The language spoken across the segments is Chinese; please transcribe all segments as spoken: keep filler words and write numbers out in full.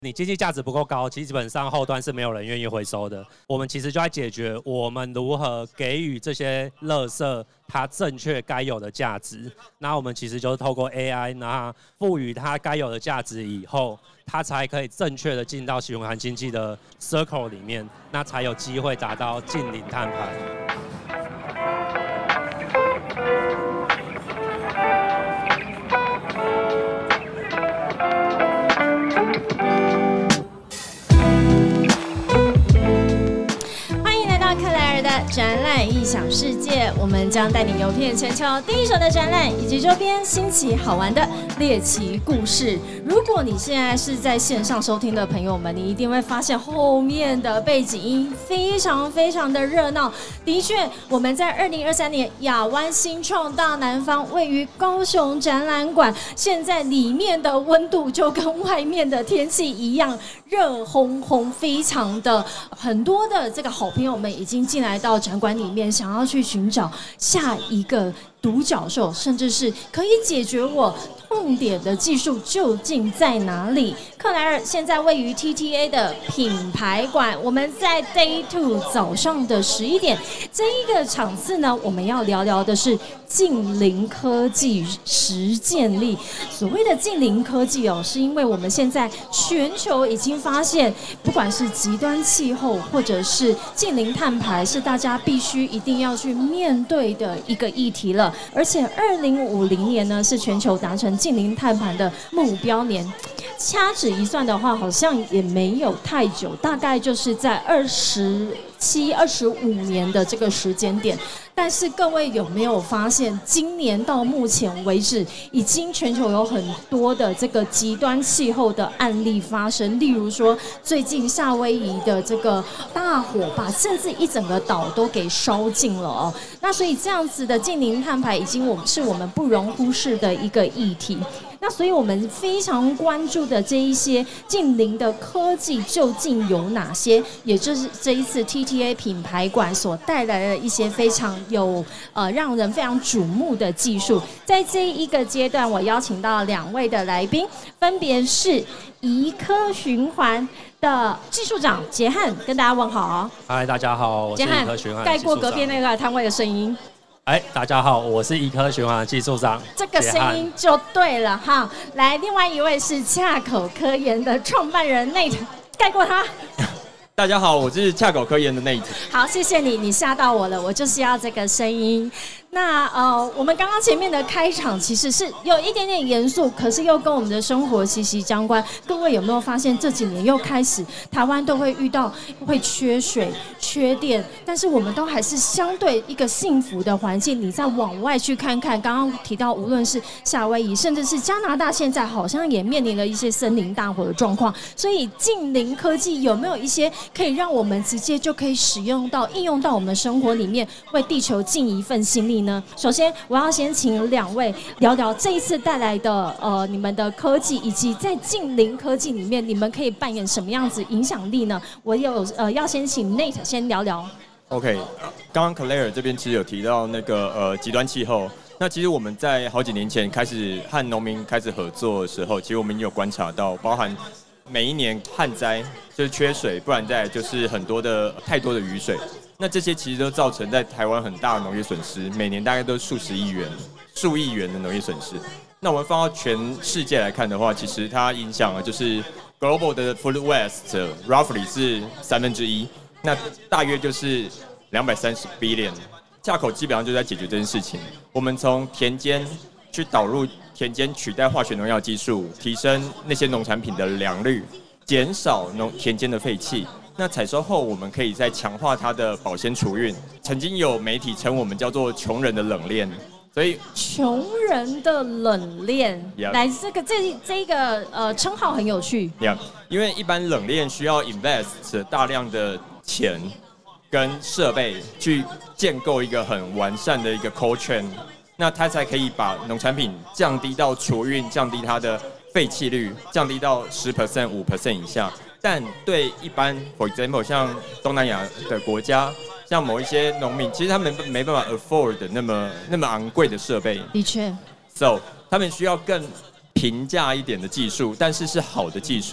你经济价值不够高，基本上后端是没有人愿意回收的。我们其实就在解决我们如何给予这些垃圾它正确该有的价值。那我们其实就是透过 A I， 那赋予它该有的价值以后，它才可以正确的进到循环经济的 circle 里面，那才有机会达到净零碳排。 展览异想世界，我们将带你游遍全球第一手的展览以及周边新奇好玩的猎奇故事。如果你现在是在线上收听的朋友们，你一定会发现后面的背景音非常非常的热闹。的确，我们在二零二三年亚湾新创大南方位于高雄展览馆，现在里面的温度就跟外面的天气一样热烘烘，非常的很多的这个好朋友们已经进来到展馆里面，想要去寻找下一个独角兽，甚至是可以解决我痛点的技术究竟在哪里？克莱尔现在位于 T T A 的品牌馆，我们在 Day Two 早上的十一点，这一个场次呢，我们要聊聊的是净零科技实践力。所谓的净零科技哦，是因为我们现在全球已经发现，不管是极端气候或者是净零碳排，是大家必须一定要去面对的一个议题了。而且二零五零年呢，是全球达成净零碳排的目标年。掐指一算的话，好像也没有太久，大概就是在二十七、二十五年的这个时间点。但是各位有没有发现，今年到目前为止，已经全球有很多的这个极端气候的案例发生？例如说，最近夏威夷的这个大火，把甚至一整个岛都给烧尽了哦。那所以这样子的净零碳排，已经我们是我们不容忽视的一个议题。那所以我们非常关注的这一些净零的科技究竟有哪些？也就是这一次 T T A 品牌馆所带来的一些非常有呃让人非常瞩目的技术。在这一个阶段，我邀请到两位的来宾，分别是宜科循环的技术长杰汉，跟大家问好。 嗨，大家好，我是宜科循环的技术长。 盖过隔壁那个摊位的声音。 哎，大家好，我是宜科循环的技术长， 这个声音就对了哈。来，另外一位是恰口科研的创办人 Nate， 盖过他。 大家好，我是恰口科研的 Nate。 好，谢谢你，你吓到我了，我就是要这个声音。那呃，我们刚刚前面的开场其实是有一点点严肃，可是又跟我们的生活息息相关。各位有没有发现这几年又开始台湾都会遇到会缺水、缺电，但是我们都还是相对一个幸福的环境。你再往外去看看，刚刚提到无论是夏威夷，甚至是加拿大，现在好像也面临了一些森林大火的状况。所以净零科技有没有一些可以让我们直接就可以使用到、应用到我们生活里面，为地球尽一份心力呢？首先，我要先请两位聊聊这一次带来的呃你们的科技，以及在净零科技里面，你们可以扮演什么样子影响力呢？我有呃要先请 Nate 先聊聊。 OK， 刚刚 Claire 这边其实有提到那个呃极端气候。那其实我们在好几年前开始和农民开始合作的时候，其实我们也有观察到，包含每一年旱灾就是缺水，不然再来就是很多的太多的雨水。那这些其实都造成在台湾很大的农业损失，每年大概都数十亿元、数亿元的农业损失。那我们放到全世界来看的话，其实它影响了就是 global 的 food waste roughly 是三分之一，那大约就是两百三十 billion。恰口基本上就在解决这件事情。我们从田间去导入田间取代化学农药技术，提升那些农产品的良率，减少农田间的废气。那采收后，我们可以再强化它的保鲜储运。曾经有媒体称我们叫做“穷人的冷链”，所以穷人的冷链， yeah. 来这个这这个呃称号很有趣。 Yeah. 因为一般冷链需要 invest 大量的钱跟设备去建构一个很完善的一个 cold chain， 那它才可以把农产品降低到储运，降低它的废弃率，降低到 百分之十、百分之五 以下。但对一般 ，for example， 像东南亚的国家，像某一些农民，其实他们没办法 afford 那么那么昂贵的设备。 的确 ，so 他们需要更平价一点的技术，但是是好的技术。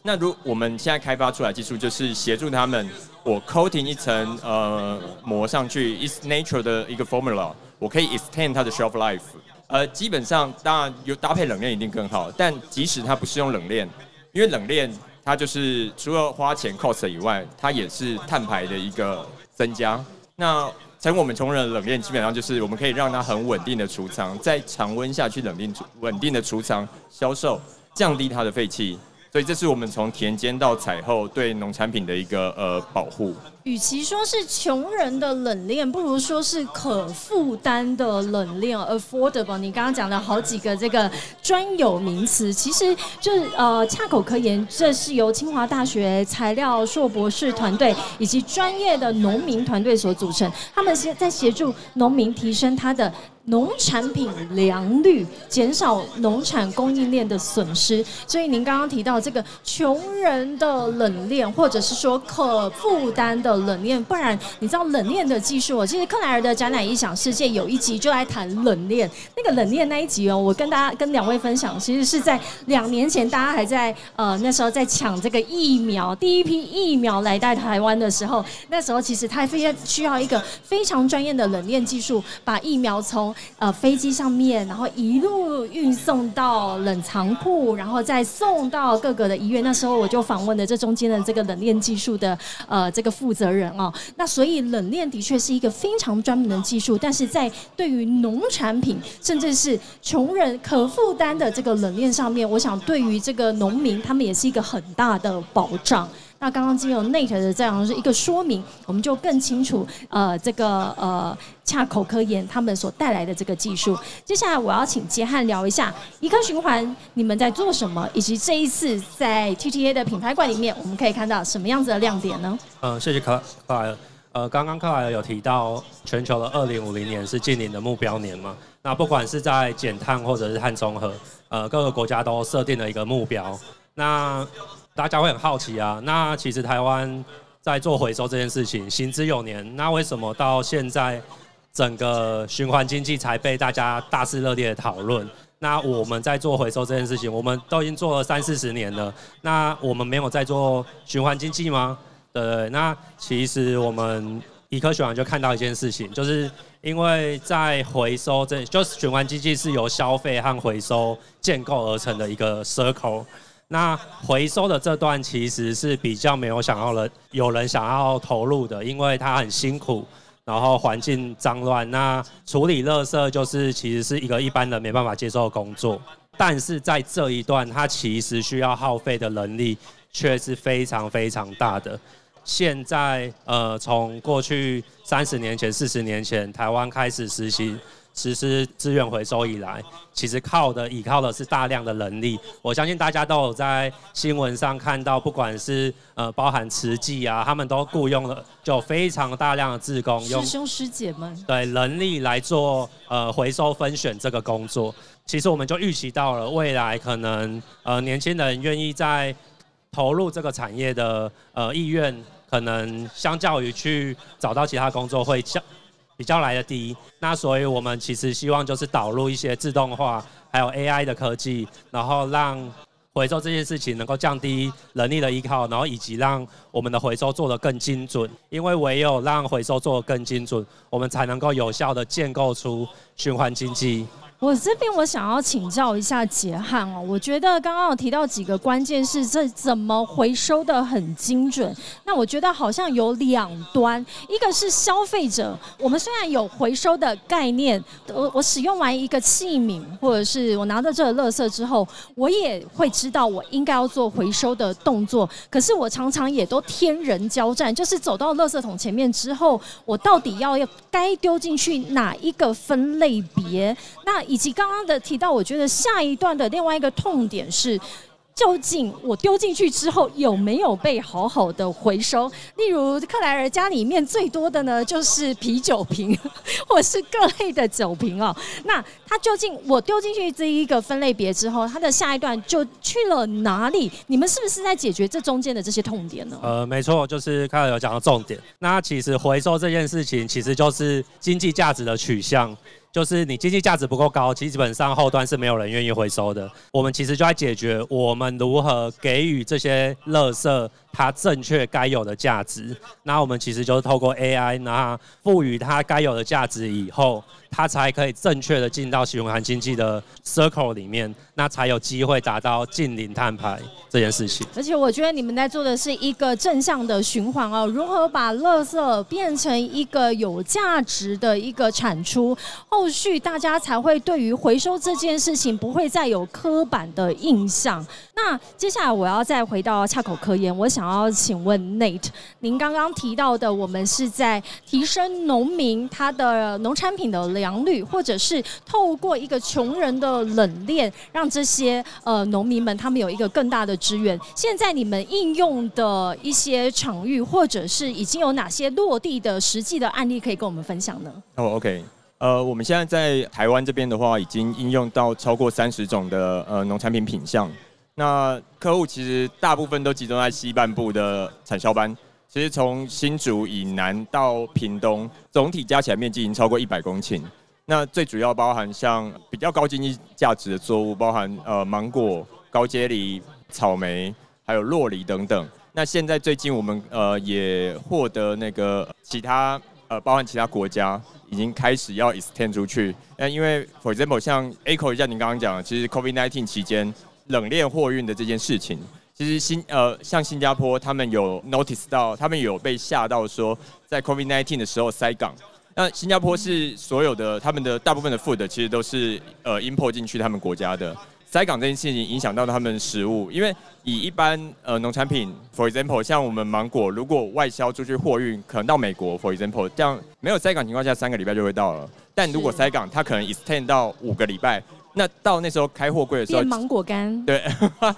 那如我们现在开发出来的技术，就是协助他们，我 coating 一层呃膜上去 ，is nature 的一个 formula， 我可以 extend 它的 shelf life。呃，基本上当然有搭配冷链一定更好，但即使它不是用冷链，因为冷链它就是除了花钱 cost 以外，它也是碳排的一个增加。那采用我们崇仁的冷链，基本上就是我们可以让它很稳定的储藏，在常温下去冷定稳定的储藏销售，降低它的废气。所以这是我们从田间到采后对农产品的一个呃保护。 与其说是穷人的冷链，不如说是可负担的冷链 （affordable）。你刚刚讲了好几个这个专有名词，其实就是呃恰口科研，这是由清华大学材料硕博士团队以及专业的农民团队所组成。他们是在协助农民提升他的农产品良率，减少农产供应链的损失。所以您刚刚提到这个穷人的冷链，或者是说可负担的冷链，不然你知道冷链的技术，其实克莱尔的展览异想世界有一集就来谈冷链。那个冷链那一集哦，我跟大家跟两位分享，其实是在两年前，大家还在呃那时候在抢这个疫苗，第一批疫苗来到台湾的时候，那时候其实它非常需要一个非常专业的冷链技术，把疫苗从呃飞机上面，然后一路运送到冷藏库，然后再送到各个的医院。那时候我就访问了这中间的这个冷链技术的呃这个负责人哦。那所以冷链的确是一个非常专门的技术，但是在对于农产品甚至是穷人可负担的这个冷链上面，我想对于这个农民他们也是一个很大的保障。那刚刚经由 Nate 的这样一个说明，我们就更清楚呃这个呃恰口科研他们所带来的这个技术。接下来我要请杰汉聊一下一科循环你们在做什么，以及这一次在 T T A 的品牌馆里面我们可以看到什么样子的亮点呢？ 嗯，谢谢克克莱尔。呃，刚刚克莱尔有提到全球的二零五零年是净零的目标年嘛？那不管是在减碳或者是碳中和，呃，各个国家都设定了一个目标。那大家会很好奇啊，那其实台湾在做回收这件事情行之有年，那为什么到现在整个循环经济才被大家大肆热烈的讨论？那我们在做回收这件事情，我们都已经做了三四十年了，那我们没有在做循环经济吗？对，那其实我们一科循环就看到一件事情，就是因为在回收这，就是循环经济是由消费和回收建构而成的一个 circle。那回收的这段其实是比较没有想要了，有人想要投入的，因为它很辛苦，然后环境脏乱。那处理垃圾就是其实是一个一般人没办法接受的工作，但是在这一段，它其实需要耗费的人力却是非常非常大的。现在呃，从过去三十年前、四十年前，台湾开始实行。实施资源回收以来，其实靠的依靠的是大量的人力。我相信大家都有在新闻上看到，不管是呃包含慈济啊，他们都雇佣了就非常大量的志工，用师兄师姐们对人力来做呃回收分选这个工作。其实我们就预期到了未来可能呃年轻人愿意在投入这个产业的呃意愿，可能相较于去找到其他工作会较。比较来的低，那所以我们其实希望就是导入一些自动化，还有 A I 的科技，然后让回收这件事情能够降低人力的依靠，然后以及让我们的回收做得更精准。因为唯有让回收做得更精准，我们才能够有效的建构出循环经济。 我这边我想要请教一下杰汉哦，我觉得刚刚有提到几个关键是这怎么回收的很精准。那我觉得好像有两端，一个是消费者，我们虽然有回收的概念，我我使用完一个器皿，或者是我拿到这个垃圾之后，我也会知道我应该要做回收的动作。可是我常常也都天人交战，就是走到垃圾桶前面之后，我到底要要该丢进去哪一个分类别？那以及刚刚的提到，我觉得下一段的另外一个痛点是，究竟我丢进去之后有没有被好好的回收？例如克莱尔家里面最多的呢，就是啤酒瓶或是各类的酒瓶哦。那它究竟我丢进去这一个分类别之后，它的下一段就去了哪里？你们是不是在解决这中间的这些痛点呢？ 呃，没错，就是克莱尔有讲到重点。那其实回收这件事情，其实就是经济价值的取向。 就是你经济价值不够高，其实基本上后端是没有人愿意回收的。我们其实就在解决我们如何给予这些垃圾它正确该有的价值。那我们其实就是透过 A I， 那赋予它该有的价值以后，它才可以正确的进到循环经济的 circle 里面，那才有机会达到净零碳排这件事情。 而且我觉得你们在做的是一个正向的循环哦，如何把垃圾变成一个有价值的一个产出，后续大家才会对于回收这件事情不会再有刻板的印象。那接下来我要再回到恰口科研，我想要请问 Nate， 您刚刚提到的，我们是在提升农民他的农产品的良率，或者是透过一个穷人的冷链，让这些呃农民们他们有一个更大的资源。现在你们应用的一些场域，或者是已经有哪些落地的实际的案例可以跟我们分享呢？ 哦 ，OK。呃，我们现在在台湾这边的话，已经应用到超过三十种的呃农产品品项。那客户其实大部分都集中在西半部的产销班，其实从新竹以南到屏东，总体加起来面积已经超过一百公顷。那最主要包含像比较高经济价值的作物，包含呃芒果、高阶梨、草莓，还有酪梨等等。那现在最近我们呃也获得那个其他呃包含其他国家已经开始要 extend 出去。那因为 for example 像 echo 一下您刚刚讲的，其实 COVID 十九 期间冷链货运的这件事情，其实新呃像新加坡他们有 notice 到，他们有被吓到说在 COVID 十九 的时候塞港。那新加坡是所有的他们的大部分的 food 其实都是呃 import 进去他们国家的。塞港这件事情影响到他们的食物，因为以一般呃农产品 ，for example 像我们芒果，如果外销出去货运，可能到美国 ，for example 这样没有塞港情况下，三个礼拜就会到了。但如果塞港，它可能 extend 到五个礼拜，那到那时候开货柜的时候， 变芒果干， 对，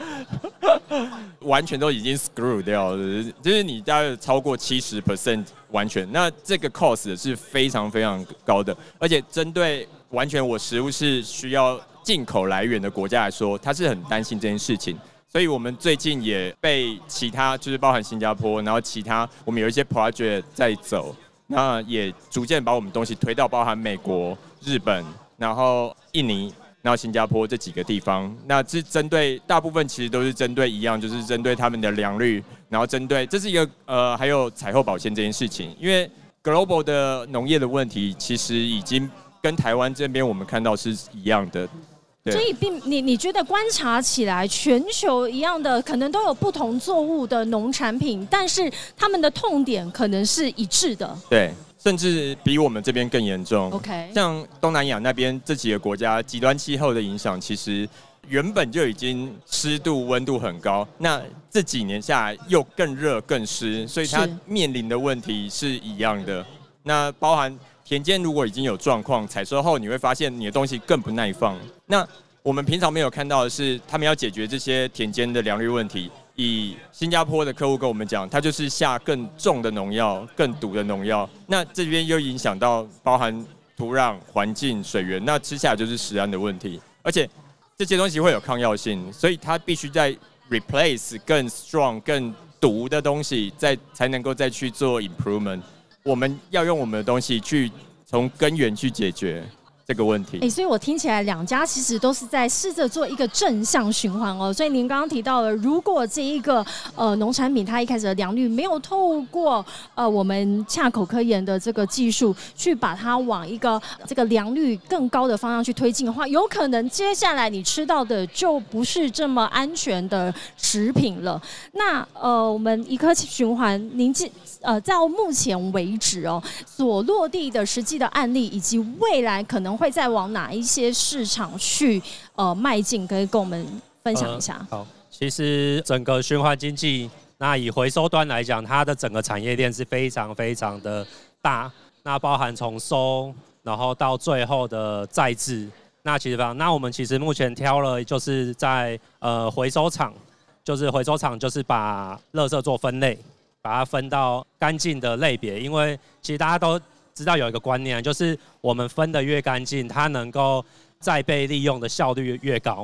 完全都已经 screw 掉了，就是你大概超过七十 percent 完全，那这个 cost 是非常非常高的，而且针对完全我食物是需要进口来源的国家来说，他是很担心这件事情，所以我们最近也被其他就是包含新加坡，然后其他我们有一些 project 在走，那也逐渐把我们东西推到包含美国、日本，然后印尼，然后新加坡这几个地方。那是针对大部分其实都是针对一样，就是针对他们的良率，然后针对这是一个呃还有采后保鲜这件事情，因为 global 的农业的问题其实已经跟台湾这边我们看到是一样的。 所以并你你觉得观察起来，全球一样的，可能都有不同作物的农产品，但是他们的痛点可能是一致的。 对，甚至比我们这边更严重。 OK， 像东南亚那边这几个国家，极端气候的影响，其实原本就已经湿度、温度很高，那这几年下来又更热、更湿，所以它面临的问题是一样的。那包含田间如果已经有状况，采收后你会发现你的东西更不耐放。那我们平常没有看到的是，他们要解决这些田间的良率问题。以新加坡的客户跟我们讲，他就是下更重的农药、更毒的农药。那这边又影响到包含土壤、环境、水源，那吃下来就是食安的问题。而且这些东西会有抗药性，所以它必须在 replace 更 strong、更毒的东西，再才能够再去做 improvement。我们要用我们的东西去从根源去解决这个问题。 哎、欸，所以我听起来两家其实都是在试着做一个正向循环哦。所以您刚刚提到了，如果这一个呃农产品它一开始的良率没有透过呃我们恰口科研的这个技术去把它往一个这个良率更高的方向去推进的话，有可能接下来你吃到的就不是这么安全的食品了。那呃我们一颗循环，您记呃到目前为止哦所落地的实际的案例，以及未来可能会再往哪一些市场去呃迈进，可以跟我们分享一下。 呃、好，其实整个循环经济，那以回收端来讲，它的整个产业链是非常非常的大，那包含从收，然后到最后的再制。那其实吧，那我们其实目前挑了，就是在呃回收厂，就是回收厂就是把垃圾做分类，把它分到干净的类别，因为其实大家都知道有一个观念，就是我们分得越干净，它能够再被利用的效率越高。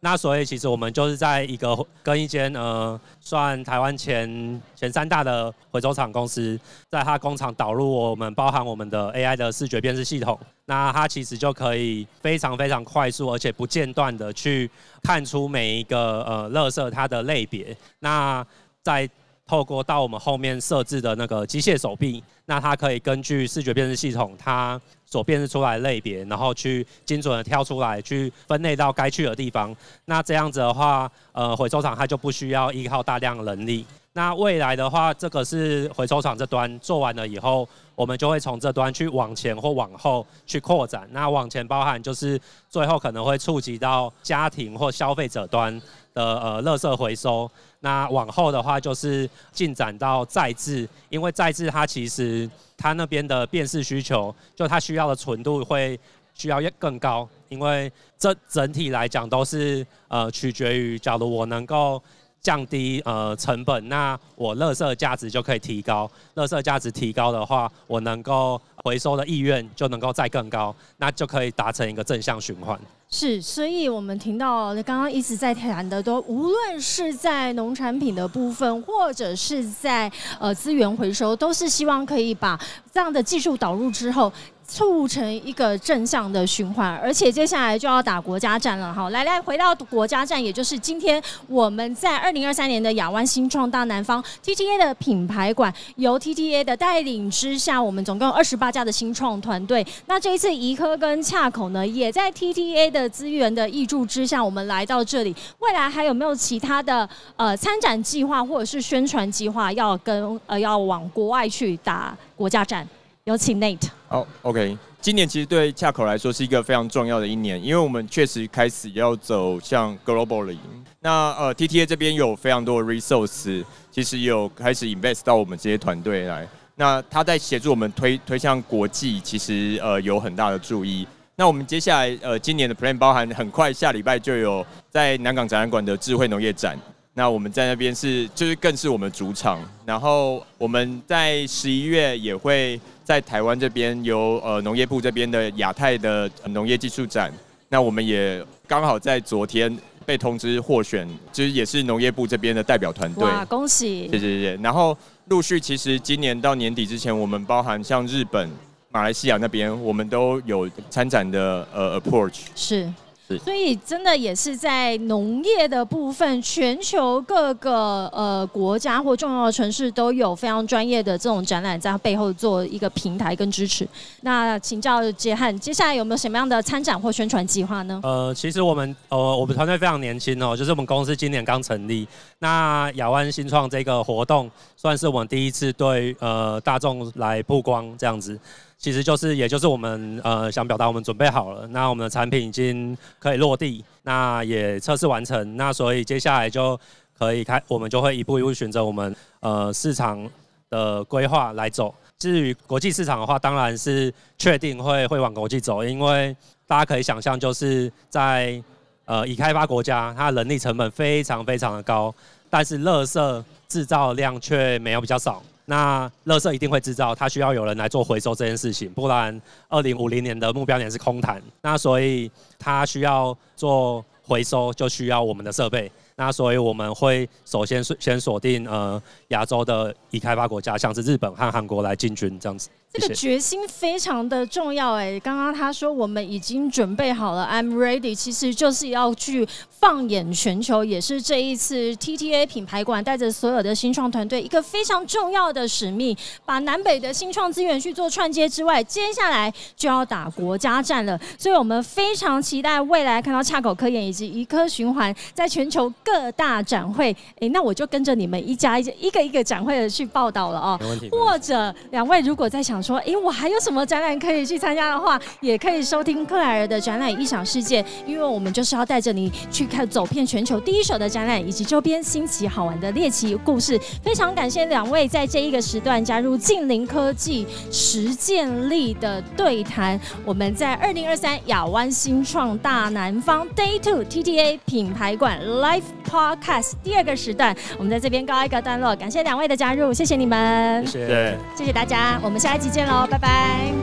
那所以其实我们就是在一个跟一间呃算台湾前前三大的回收厂公司，在它工厂导入我们包含我们的 A I 的视觉辨识系统，那它其实就可以非常非常快速而且不间断的去看出每一个呃垃圾它的类别，那在透过到我们后面设置的那个机械手臂，那它可以根据视觉辨识系统它所辨识出来的类别，然后去精准的挑出来，去分类到该去的地方。那这样子的话，呃，回收厂它就不需要依靠大量人力。那未来的话，这个是回收厂这端做完了以后，我们就会从这端去往前或往后去扩展。那往前包含就是最后可能会触及到家庭或消费者端的呃垃圾回收。那往后的话就是进展到再制，因为再制它其实它那边的辨识需求，就它需要的纯度会需要更高，因为这整体来讲都是呃取决于，假如我能够降低呃成本，那我垃圾价值就可以提高，垃圾价值提高的话，我能够回收的意愿就能够再更高，那就可以达成一个正向循环。 是，所以我们听到刚刚一直在谈的都，无论是在农产品的部分，或者是在呃资源回收，都是希望可以把这样的技术导入之后，促成一个正向的循环。而且接下来就要打国家战了哈，来来回到国家战，也就是今天我们在二零二三年的亚湾新创大南方 T T A 的品牌馆，由 T T A 的带领之下，我们总共有二十八家的新创团队。那这一次宜科跟恰口呢，也在 T T A 的资源的挹注之下，我们来到这里。未来还有没有其他的呃参展计划或者是宣传计划，要跟呃要往国外去打国家战？有请 Nate。 好、oh, ，OK。今年其实对恰口来说是一个非常重要的一年，因为我们确实开始要走向 globally。那呃 ，T T A 这边有非常多的 resource， 其实有开始 invest 到我们这些团队来。那他在协助我们推推向国际，其实呃有很大的注意。那我们接下来呃今年的 plan 包含很快下礼拜就有在南港展览馆的智慧农业展，那我们在那边是就是更是我们主场，然后我们在十一月也会在台湾这边由呃农业部这边的亚太的农业技术展，那我们也刚好在昨天被通知获选，就是也是农业部这边的代表团队。 哇，恭喜！ 谢谢谢谢。然后陆续其实今年到年底之前，我们包含像日本、马来西亚那边，我们都有参展的呃 approach。 是。所以真的也是在农业的部分，全球各个呃国家或重要的城市都有非常专业的这种展览在背后做一个平台跟支持。那请教杰翰，接下来有没有什么样的参展或宣传计划呢？ 呃，其实我们呃我们团队非常年轻哦，就是我们公司今年刚成立。那亚湾新创这个活动算是我们第一次对呃大众来曝光这样子。其实就是，也就是我们呃想表达，我们准备好了，那我们的产品已经可以落地，那也测试完成，那所以接下来就可以开，我们就会一步一步选择我们呃市场的规划来走。至于国际市场的话，当然是确定会会往国际走，因为大家可以想象，就是在呃已开发国家，它的人力成本非常非常的高，但是垃圾制造量却没有比较少。那垃圾一定会制造，它需要有人来做回收这件事情，不然二零五零年的目标年是空谈。那所以它需要做回收，就需要我们的设备。那所以我们会首先先锁定呃亚洲的已开发国家，像是日本和韩国来进军这样子。 这个决心非常的重要哎，刚刚他说我们已经准备好了 ，I'm ready， 其实就是要去放眼全球，也是这一次 T T A 品牌馆带着所有的新创团队一个非常重要的使命，把南北的新创资源去做串接之外，接下来就要打国家战了，所以我们非常期待未来看到恰口科研以及宜科循环在全球各大展会，哎，那我就跟着你们一家一一个一个展会的去报道了哦， 没问题。 或者两位如果在想说，哎，我还有什么展览可以去参加的话，也可以收听克莱尔的展览异想世界，因为我们就是要带着你去看走遍全球第一手的展览，以及周边新奇好玩的猎奇故事。非常感谢两位在这一个时段加入近邻科技实践力的对谈。我们在二零二三亚湾新创大南方 Day Two T T A 品牌馆 Live Podcast 第二个时段，我们在这边告一个段落。感谢两位的加入，谢谢你们， 谢谢， 谢谢大家，我们下一集见喽，拜拜。